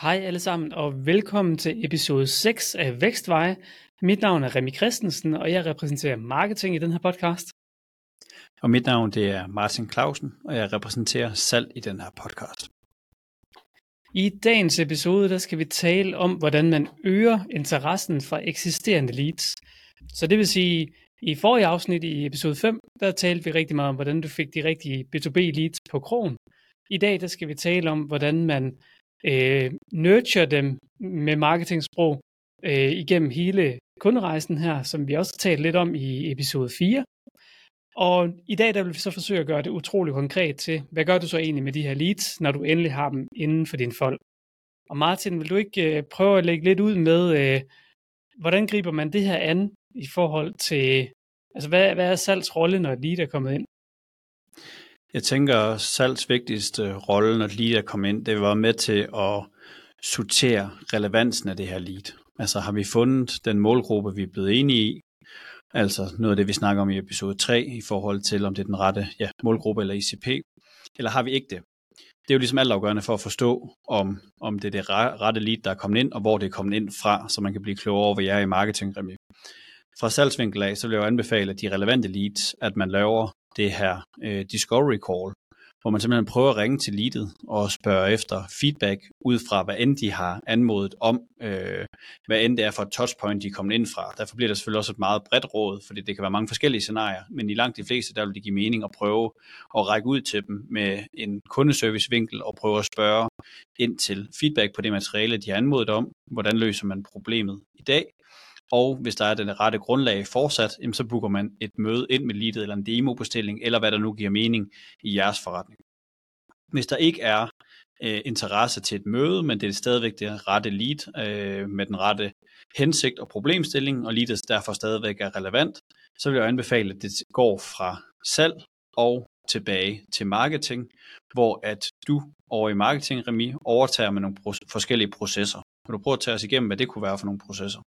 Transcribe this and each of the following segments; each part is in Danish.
Hej alle sammen, og velkommen til episode 6 af Vækstveje. Mit navn er Remi Christensen, og jeg repræsenterer marketing i den her podcast. Og mit navn det er Martin Clausen, og jeg repræsenterer salg i den her podcast. I dagens episode der skal vi tale om, hvordan man øger interessen fra eksisterende leads. Så det vil sige, i forrige afsnit i episode 5, der talte vi rigtig meget om, hvordan du fik de rigtige B2B leads på krogen. I dag der skal vi tale om, hvordan man nurture dem med marketingsprog igennem hele kunderejsen her, som vi også har talt lidt om i episode 4. Og i dag der vil vi så forsøge at gøre det utrolig konkret til, hvad gør du så egentlig med de her leads, når du endelig har dem inden for din fold. Og Martin, vil du ikke prøve at lægge lidt ud med, hvordan griber man det her an i forhold til, altså hvad er salgs rolle, når et lead er kommet ind? Jeg tænker, salgs vigtigste rolle, når et lead er kommet ind, det var med til at sortere relevansen af det her lead. Altså har vi fundet den målgruppe, vi er blevet enige i, altså noget af det, vi snakker om i episode 3, i forhold til, om det er den rette målgruppe eller ICP, eller har vi ikke det? Det er jo ligesom altafgørende for at forstå, om det er det rette lead, der er kommet ind, og hvor det er kommet ind fra, så man kan blive klogere over, hvad jeg er i marketing, Remi. Fra salgsvinkel af, så vil jeg jo anbefale, at de relevante leads, at man laver det her discovery call, hvor man simpelthen prøver at ringe til leadet og spørge efter feedback ud fra, hvad end de har anmodet om, hvad end det er for et touchpoint, de er kommet ind fra. Derfor bliver der selvfølgelig også et meget bredt råd, fordi det kan være mange forskellige scenarier, men i langt de fleste, der vil det give mening at prøve at række ud til dem med en kundeservicevinkel og prøve at spørge ind til feedback på det materiale, de har anmodet om, hvordan løser man problemet i dag. Og hvis der er den rette grundlag fortsat, så booker man et møde ind med leadet eller en demobestilling, eller hvad der nu giver mening i jeres forretning. Hvis der ikke er interesse til et møde, men det er stadigvæk det rette lead med den rette hensigt og problemstilling, og leadet derfor stadigvæk er relevant, så vil jeg anbefale, at det går fra salg og tilbage til marketing, hvor at du over i marketing, Remi, overtager med nogle forskellige processer. Kan du prøve at tage os igennem, hvad det kunne være for nogle processer?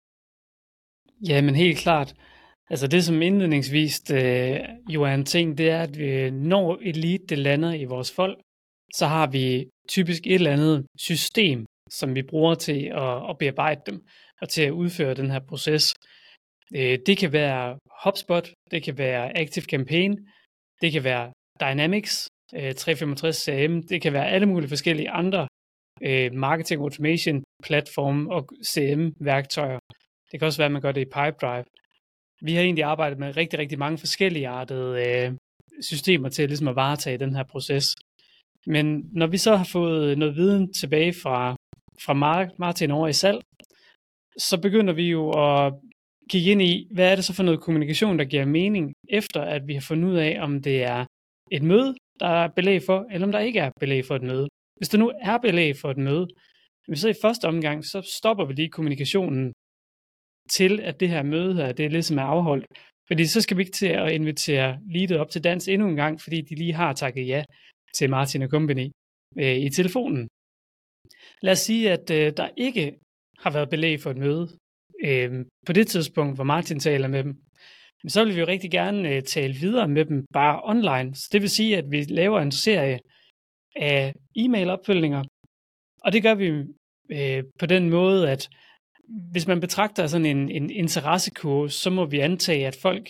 Ja, men helt klart. Altså det som indledningsvis jo er en ting, det er, at når et lead det lander i vores fold, så har vi typisk et eller andet system, som vi bruger til at bearbejde dem, og til at udføre den her proces. Det kan være HubSpot, det kan være ActiveCampaign, det kan være Dynamics, 365 CRM, det kan være alle mulige forskellige andre marketing automation platforme og CRM-værktøjer. Det kan også være, at man gør det i Pipedrive. Vi har egentlig arbejdet med rigtig, rigtig mange forskellige artede systemer til ligesom at varetage den her proces. Men når vi så har fået noget viden tilbage fra Martin over i salg, så begynder vi jo at kigge ind i, hvad er det så for noget kommunikation, der giver mening, efter at vi har fundet ud af, om det er et møde, der er belæg for, eller om der ikke er belæg for et møde. Hvis der nu er belæg for et møde, så i første omgang, så stopper vi lige kommunikationen til, at det her møde her, det ligesom er afholdt. Fordi så skal vi ikke til at invitere leadet op til dans endnu en gang, fordi de lige har takket ja til Martin & Company i telefonen. Lad os sige, at der ikke har været belæg for et møde på det tidspunkt, hvor Martin taler med dem. Så vil vi jo rigtig gerne tale videre med dem bare online. Så det vil sige, at vi laver en serie af e-mail-opfølgninger, og det gør vi på den måde, at hvis man betragter sådan en interessekurve, så må vi antage, at folk,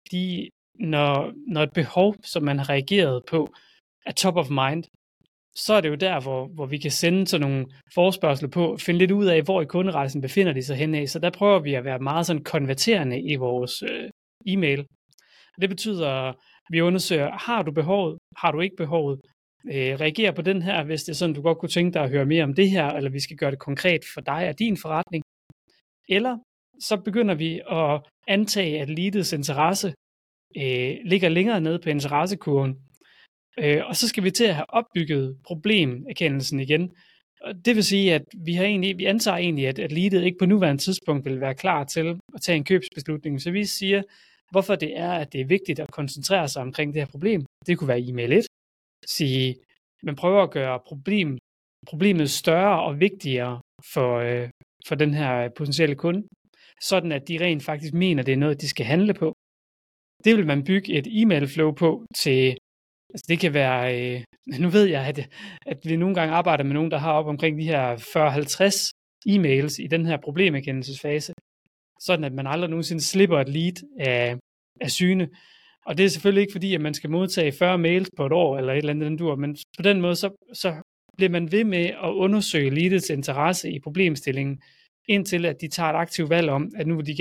når et behov, som man har reageret på, er top of mind, så er det jo der, hvor vi kan sende sådan nogle forespørgsler på, finde lidt ud af, hvor i kunderejsen befinder de sig henad. Så der prøver vi at være meget sådan konverterende i vores e-mail. Det betyder, at vi undersøger, har du behovet, har du ikke behovet, reagerer på den her, hvis det er sådan, du godt kunne tænke dig at høre mere om det her, eller vi skal gøre det konkret for dig og din forretning. Eller så begynder vi at antage, at leadets interesse ligger længere nede på interessekurven. Og så skal vi til at have opbygget problemerkendelsen igen. Og det vil sige, at vi antager egentlig, at leadet ikke på nuværende tidspunkt vil være klar til at tage en købsbeslutning. Så vi siger, hvorfor det er, at det er vigtigt at koncentrere sig omkring det her problem. Det kunne være e-mail 1. Sige, man prøver at gøre problemet større og vigtigere for den her potentielle kunde, sådan at de rent faktisk mener, det er noget, de skal handle på. Det vil man bygge et e-mail flow på til Altså det kan være, nu ved jeg, at vi nogle gange arbejder med nogen, der har op omkring de her 40-50 e-mails i den her problemerkendelsesfase, sådan at man aldrig nogensinde slipper et lead af syne. Og det er selvfølgelig ikke fordi, at man skal modtage 40 mails på et år, eller et eller andet den dur, men på den måde, så bliver man ved med at undersøge leadets interesse i problemstillingen, indtil at de tager et aktivt valg om, at nu vil de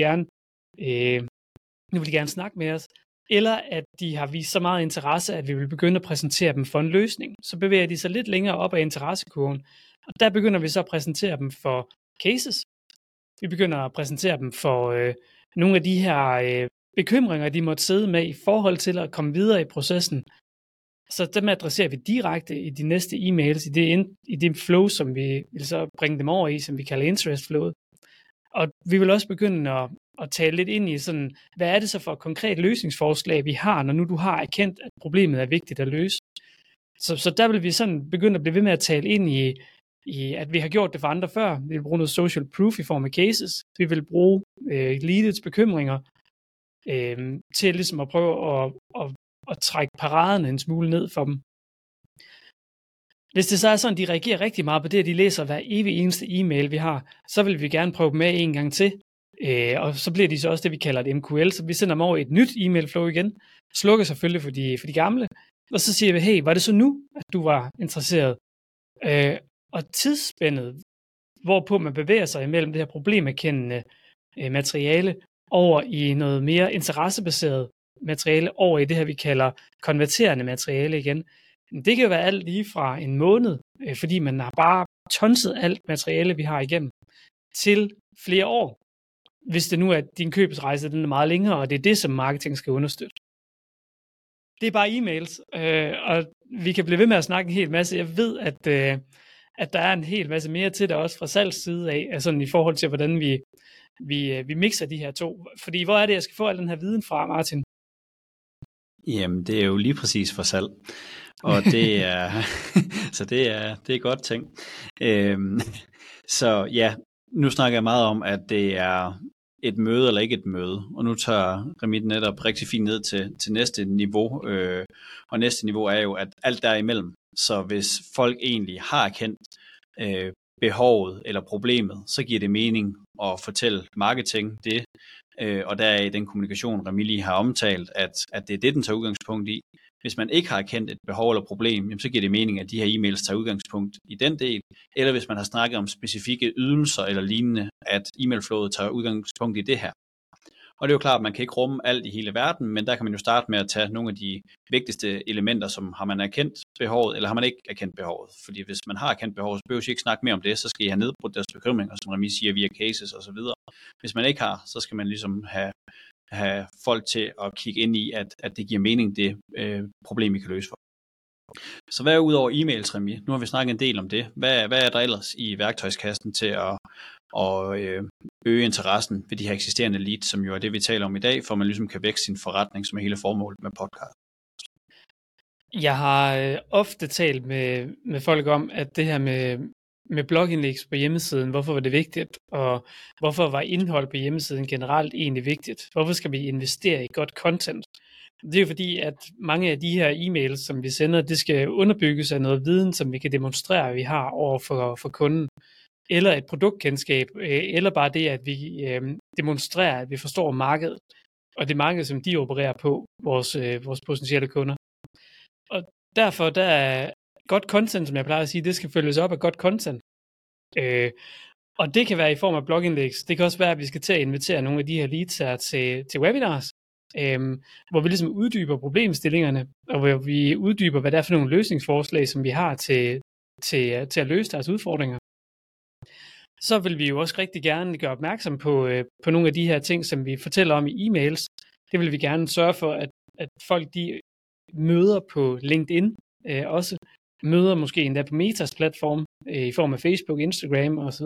gerne snakke med os, eller at de har vist så meget interesse, at vi vil begynde at præsentere dem for en løsning. Så bevæger de sig lidt længere op ad interessekurven, og der begynder vi så at præsentere dem for cases. Vi begynder at præsentere dem for nogle af de her bekymringer, de måtte sidde med i forhold til at komme videre i processen. Så dem adresserer vi direkte i de næste e-mails, i det flow, som vi vil så bringe dem over i, som vi kalder interest flowet. Og vi vil også begynde at tale lidt ind i sådan, hvad er det så for et konkret løsningsforslag, vi har, når nu du har erkendt, at problemet er vigtigt at løse. Så der vil vi sådan begynde at blive ved med at tale ind i at vi har gjort det for andre før. Vi vil bruge noget social proof i form af cases. Vi vil bruge leadets bekymringer til ligesom at prøve at trække paraderne en smule ned for dem. Hvis det så er sådan, de reagerer rigtig meget på det, at de læser hver evig eneste e-mail, vi har, så vil vi gerne prøve dem af en gang til. Og så bliver de så også det, vi kalder et MQL, så vi sender dem over et nyt e-mail-flow igen, slukker selvfølgelig for de gamle, og så siger vi, hey, var det så nu, at du var interesseret? Og tidsspændet, hvorpå man bevæger sig imellem det her problemerkendende materiale over i noget mere interessebaseret materiale, over i det her, vi kalder konverterende materiale igen. Det kan jo være alt lige fra en måned, fordi man har bare tonset alt materiale, vi har igennem, til flere år, hvis det nu er, at din købsrejse den er meget længere, og det er det, som marketing skal understøtte. Det er bare e-mails, og vi kan blive ved med at snakke en hel masse. Jeg ved, at der er en hel masse mere til det også fra salgs side af, altså i forhold til, hvordan vi mixer de her to. Fordi hvor er det, jeg skal få al den her viden fra, Martin? Jamen, det er jo lige præcis for salg. Og det er, så det er godt ting. Så ja, nu snakker jeg meget om, at det er et møde eller ikke et møde. Og nu tager Remit netop rigtig fint ned til næste niveau. Og næste niveau er jo, at alt derimellem. Så hvis folk egentlig har kendt behovet eller problemet, så giver det mening at fortælle marketing det. Og der er i den kommunikation, Remit lige har omtalt, at det er det, den tager udgangspunkt i. Hvis man ikke har erkendt et behov eller problem, så giver det mening, at de her e-mails tager udgangspunkt i den del. Eller hvis man har snakket om specifikke ydelser eller lignende, at e-mailflowet tager udgangspunkt i det her. Og det er jo klart, at man kan ikke rumme alt i hele verden, men der kan man jo starte med at tage nogle af de vigtigste elementer, som har man erkendt behovet, eller har man ikke erkendt behovet. Fordi hvis man har erkendt behovet, så behøver I ikke snakke mere om det, så skal I have nedbrudt deres bekymringer, som Remit siger, via cases osv. Hvis man ikke har, så skal man ligesom have folk til at kigge ind i, at det giver mening, det problem, I kan løse for. Så hvad er udover e-mails, Remit? Nu har vi snakket en del om det. Hvad er der ellers i værktøjskassen til at øge interessen ved de her eksisterende leads, som jo er det, vi taler om i dag, for man ligesom kan vækste sin forretning, som er hele formålet med podcast? Jeg har ofte talt med folk om, at det her med blogindlæg på hjemmesiden, hvorfor var det vigtigt, og hvorfor var indhold på hjemmesiden generelt egentlig vigtigt? Hvorfor skal vi investere i godt content? Det er jo fordi, at mange af de her e-mails, som vi sender, det skal underbygges af noget viden, som vi kan demonstrere, at vi har over for kunden, eller et produktkendskab, eller bare det, at vi demonstrerer, at vi forstår markedet, og det marked, som de opererer på, vores potentielle kunder. Og derfor, der er godt content, som jeg plejer at sige, det skal følges op af godt content. Og det kan være i form af blogindlæg. Det kan også være, at vi skal til at invitere nogle af de her leads her til webinars, hvor vi ligesom uddyber problemstillingerne, og hvor vi uddyber, hvad det er for nogle løsningsforslag, som vi har til at løse deres udfordringer. Så vil vi jo også rigtig gerne gøre opmærksom på nogle af de her ting, som vi fortæller om i e-mails. Det vil vi gerne sørge for, at folk de møder på LinkedIn, også møder måske endda på Metas platform, i form af Facebook, Instagram osv.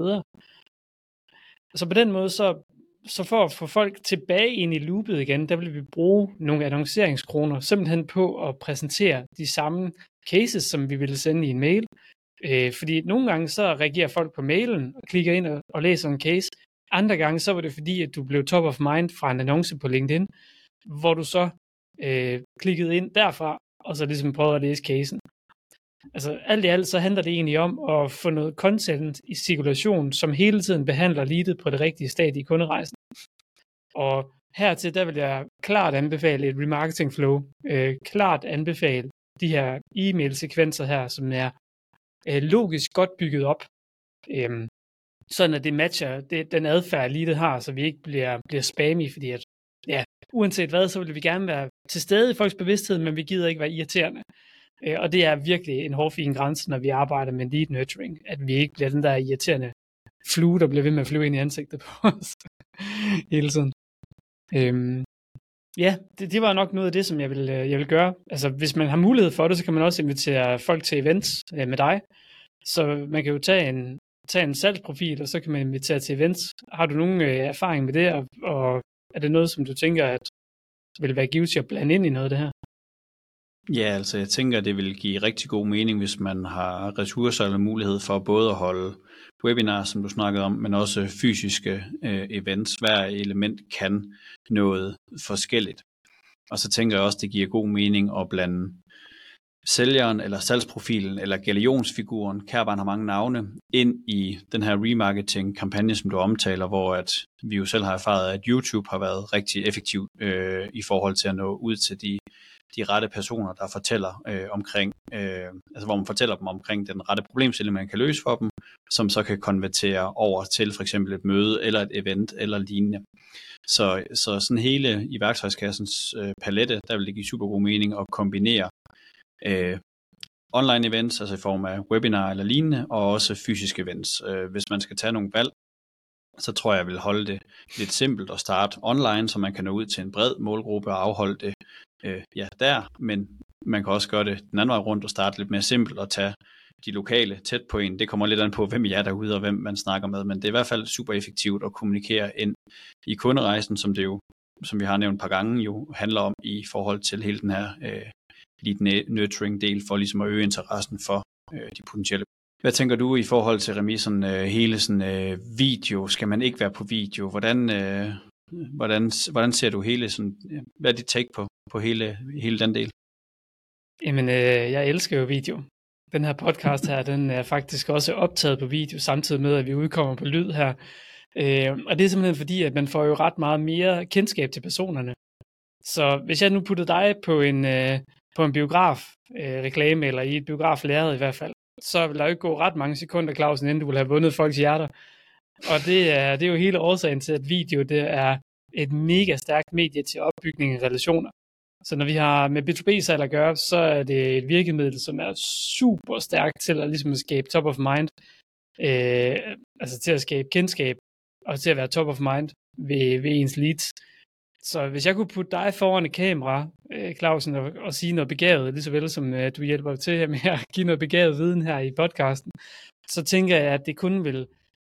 Så på den måde, så for at få folk tilbage ind i loopet igen, der vil vi bruge nogle annonceringskroner simpelthen på at præsentere de samme cases, som vi ville sende i en mail. Fordi nogle gange så reagerer folk på mailen og klikker ind og læser en case. Andre gange så var det fordi, at du blev top of mind fra en annonce på LinkedIn, hvor du så klikkede ind derfra og så ligesom prøve at læse casen. Altså alt i alt, så handler det egentlig om at få noget content i cirkulation, som hele tiden behandler leadet på det rigtige stadie i kunderejsen. Og hertil, der vil jeg klart anbefale et remarketing flow. Klart anbefale de her e-mail-sekvenser her, som er logisk godt bygget op. Sådan at det matcher den adfærd, leadet har, så vi ikke bliver spammy, fordi at, ja, uanset hvad, så vil vi gerne være til stede i folks bevidsthed, men vi gider ikke være irriterende. Og det er virkelig en hårfin grænse, når vi arbejder med lead nurturing, at vi ikke bliver den der irriterende flue, der bliver ved med at flyve ind i ansigtet på os hele tiden. Ja, det var nok noget af det, som jeg vil gøre. Altså, hvis man har mulighed for det, så kan man også invitere folk til events med dig. Så man kan jo tage en salgsprofil, og så kan man invitere til events. Har du nogen erfaring med det, og er det noget, som du tænker, at vil være givet til at blande ind i noget af det her? Ja, altså jeg tænker, at det vil give rigtig god mening, hvis man har ressourcer eller mulighed for både at holde webinarer, som du snakkede om, men også fysiske events. Hver element kan noget forskelligt. Og så tænker jeg også, at det giver god mening at blande sælgeren eller salgsprofilen eller galionsfiguren, Kærbarn har mange navne, ind i den her remarketing-kampagne, som du omtaler, hvor at vi jo selv har erfaret, at YouTube har været rigtig effektiv i forhold til at nå ud til de rette personer, der fortæller omkring, altså hvor man fortæller dem omkring den rette problemstilling, man kan løse for dem, som så kan konvertere over til for eksempel et møde eller et event eller lignende. Så sådan hele i værktøjskassens palette, der vil det give super god mening at kombinere online events, altså i form af webinar eller lignende, og også fysiske events. Hvis man skal tage nogle valg, så tror jeg, jeg vil holde det lidt simpelt og starte online, så man kan nå ud til en bred målgruppe og afholde det der, men man kan også gøre det den anden vej rundt og starte lidt mere simpelt og tage de lokale tæt på en. Det kommer lidt an på, hvem I er derude og hvem man snakker med, men det er i hvert fald super effektivt at kommunikere ind i kunderejsen, som det jo, som vi har nævnt et par gange, jo handler om i forhold til hele den her lead nurturing del, for ligesom at øge interessen for de potentielle. Hvad tænker du i forhold til Remi, sådan hele sådan video? Skal man ikke være på video? Hvordan ser du hele sådan, hvad er dit take på hele den del? Jamen, jeg elsker jo video. Den her podcast her, den er faktisk også optaget på video, samtidig med, at vi udkommer på lyd her. Og det er simpelthen fordi, at man får jo ret meget mere kendskab til personerne. Så hvis jeg nu puttede dig på en biograf reklame, eller i et biograf lærred i hvert fald, så vil der jo ikke gå ret mange sekunder, Clausen, inden du vil have vundet folks hjerter. Og det er jo hele årsagen til, at video det er et mega stærkt medie til opbygning af relationer. Så når vi har med B2B-salg at gøre, så er det et virkemiddel, som er super stærkt til at, ligesom at skabe top of mind, altså til at skabe kendskab, og til at være top of mind ved ens leads. Så hvis jeg kunne putte dig foran et kamera, Clausen, og sige noget begavet, lige så vel som du hjælper til med at give noget begavet viden her i podcasten, så tænker jeg, at det kun vil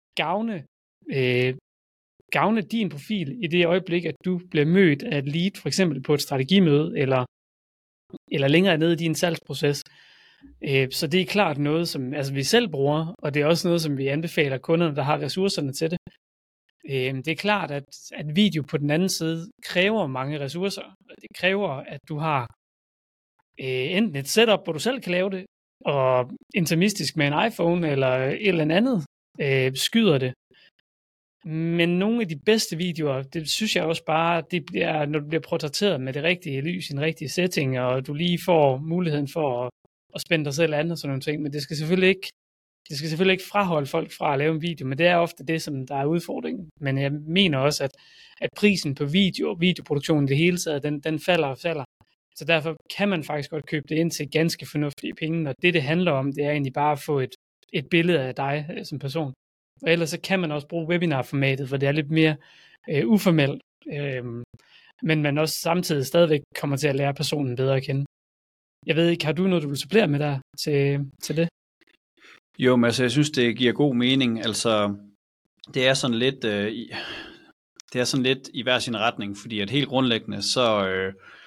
gavne din profil i det øjeblik, at du bliver mødt af et lead, for eksempel på et strategimøde, eller længere nede i din salgsproces. Så det er klart noget, som vi selv bruger, og det er også noget, som vi anbefaler kunderne, der har ressourcerne til det. Det er klart, at video på den anden side kræver mange ressourcer. Det kræver, at du har enten et setup, hvor du selv kan lave det, og intermistisk med en iPhone eller et eller andet skyder det. Men nogle af de bedste videoer, det synes jeg også bare, det bliver, når du bliver portrætteret med det rigtige lys, i en rigtig setting, og du lige får muligheden for at spænde dig selv an og sådan nogle ting. Men det skal selvfølgelig ikke fraholde folk fra at lave en video, men det er ofte det, som der er udfordringen. Men jeg mener også, at prisen på video og videoproduktionen i det hele taget, den falder og falder. Så derfor kan man faktisk godt købe det ind til ganske fornuftige penge, og det handler om, det er egentlig bare at få et billede af dig som person. Og ellers så kan man også bruge webinarformatet, hvor det er lidt mere uformelt, men man også samtidig stadigvæk kommer til at lære personen bedre at kende. Jeg ved ikke, har du noget, du vil supplere med der til det? Jo, men altså, jeg synes, det giver god mening. Altså, det er sådan lidt i hver sin retning, fordi at helt grundlæggende,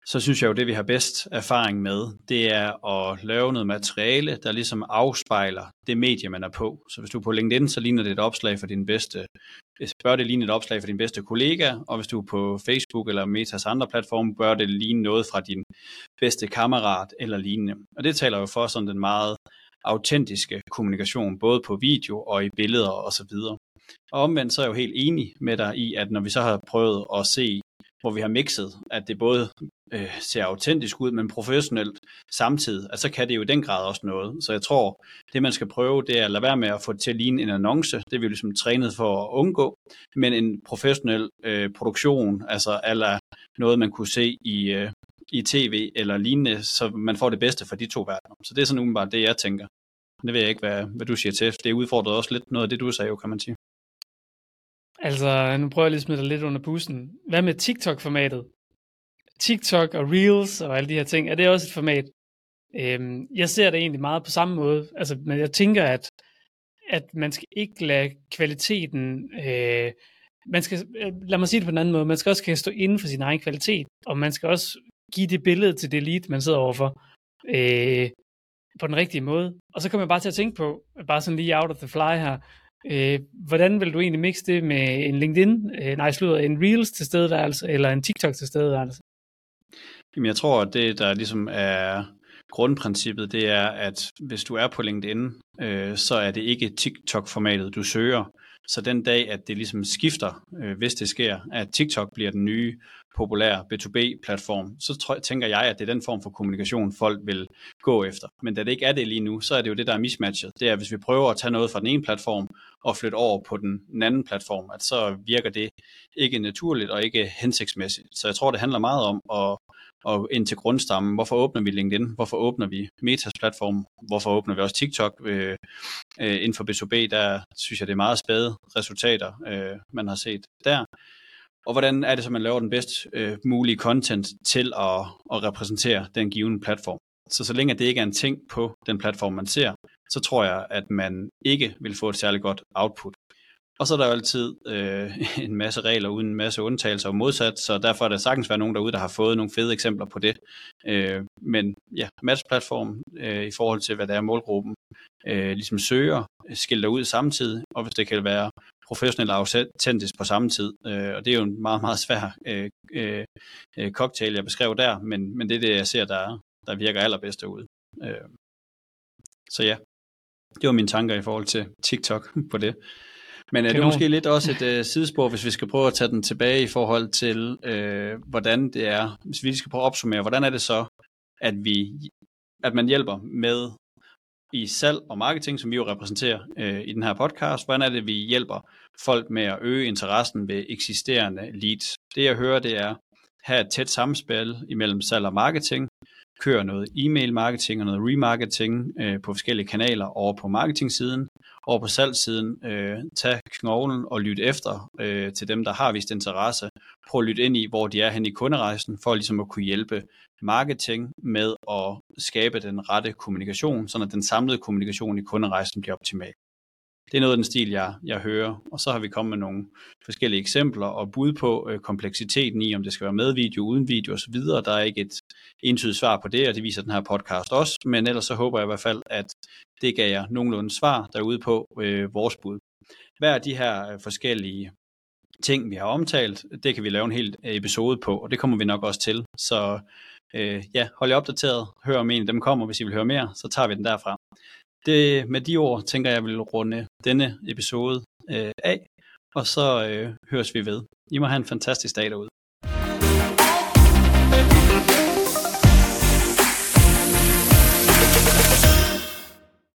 så synes jeg jo, det vi har bedst erfaring med, det er at lave noget materiale, der ligesom afspejler det medie, man er på. Så hvis du er på LinkedIn, så ligner det et opslag for din bedste, bør det ligne et opslag for din bedste kollega, og hvis du er på Facebook eller Metas andre platforme, bør det ligne noget fra din bedste kammerat eller lignende. Og det taler jo for sådan den meget autentiske kommunikation, både på video og i billeder osv. Og omvendt så er jeg jo helt enig med dig i, at når vi så har prøvet at se, hvor vi har mixet, at det både ser autentisk ud, men professionelt samtidig, at så kan det jo i den grad også noget. Så jeg tror, det man skal prøve, det er at lade være med at få det til at ligne en annonce. Det er vi ligesom trænet for at undgå, men en professionel produktion, altså eller noget, man kunne se i tv eller lignende, så man får det bedste fra de to verdener. Så det er sådan umiddelbart det, jeg tænker. Det ved jeg ikke, hvad du siger til. Det udfordrede også lidt noget af det, du sagde jo, kan man sige. Altså, nu prøver jeg lige at smide dig lidt under bussen. Hvad med TikTok-formatet? TikTok og Reels og alle de her ting, er det også et format? Jeg ser det egentlig meget på samme måde. Altså, men jeg tænker, at man skal ikke lade kvaliteten... lad mig sige det på en anden måde. Man skal også kan stå inden for sin egen kvalitet, og man skal også give det billede til det lead, man sidder overfor, på den rigtige måde. Og så kommer jeg bare til at tænke på, bare sådan lige out of the fly her, hvordan vil du egentlig mixe det med en LinkedIn, en Reels tilstedeværelse, eller en TikTok tilstedeværelse? Jamen jeg tror, at det der ligesom er grundprincippet, det er, at hvis du er på LinkedIn, så er det ikke TikTok-formatet, du søger. Så den dag, at det ligesom skifter, hvis det sker, at TikTok bliver den nye populære B2B-platform, så tænker jeg, at det er den form for kommunikation, folk vil gå efter. Men da det ikke er det lige nu, så er det jo det, der er mismatchet. Det er, hvis vi prøver at tage noget fra den ene platform og flytte over på den anden platform, at så virker det ikke naturligt og ikke hensigtsmæssigt. Så jeg tror, det handler meget om og ind til grundstammen. Hvorfor åbner vi LinkedIn? Hvorfor åbner vi Metas platform? Hvorfor åbner vi også TikTok? Inden for B2B, der synes jeg, det er meget spæde resultater, man har set der. Og hvordan er det så, man laver den bedst mulige content til at repræsentere den givne platform? Så længe det ikke er en ting på den platform, man ser, så tror jeg, at man ikke vil få et særligt godt output. Og så er der jo altid en masse regler uden en masse undtagelser og modsat, så derfor er der sagtens være nogen derude, der har fået nogle fede eksempler på det. Men ja, matchplatform i forhold til, hvad der er målgruppen, ligesom søger, skilter ud samtidig, og hvis det kan være professionelt og autentisk på samme tid. Og det er jo en meget, meget svær cocktail, jeg beskrev der, men det er det, jeg ser, der virker allerbedst derude. Så ja, det var mine tanker i forhold til TikTok på det. Men det er måske lidt også et sidespor, hvis vi skal prøve at tage den tilbage i forhold til, hvordan det er, hvis vi skal prøve at opsummere, hvordan er det så, at man hjælper med i salg og marketing, som vi jo repræsenterer i den her podcast. Hvordan er det, vi hjælper folk med at øge interessen ved eksisterende leads? Det jeg hører, det er have et tæt samspil imellem salg og marketing, køre noget e-mail marketing og noget remarketing på forskellige kanaler over på marketing-siden, over på salgssiden, tag knoglen og lytte efter til dem, der har vist interesse. Prøv at lytte ind i, hvor de er hen i kunderejsen, for ligesom at kunne hjælpe marketing med at skabe den rette kommunikation, så den samlede kommunikation i kunderejsen bliver optimal. Det er noget af den stil, jeg hører. Og så har vi kommet med nogle forskellige eksempler og bud på kompleksiteten i, om det skal være med video, uden video osv. Der er ikke et entydigt svar på det, og det viser den her podcast også. Men ellers så håber jeg i hvert fald, at det gav jer nogenlunde svar derude på vores bud. Hvad er de her forskellige ting, vi har omtalt? Det kan vi lave en hel episode på, og det kommer vi nok også til. Så hold jer opdateret. Hør om en af dem kommer, hvis I vil høre mere, så tager vi den derfra. Det, med de ord tænker jeg vil runde denne episode af, og så høres vi ved. I må have en fantastisk dag derude.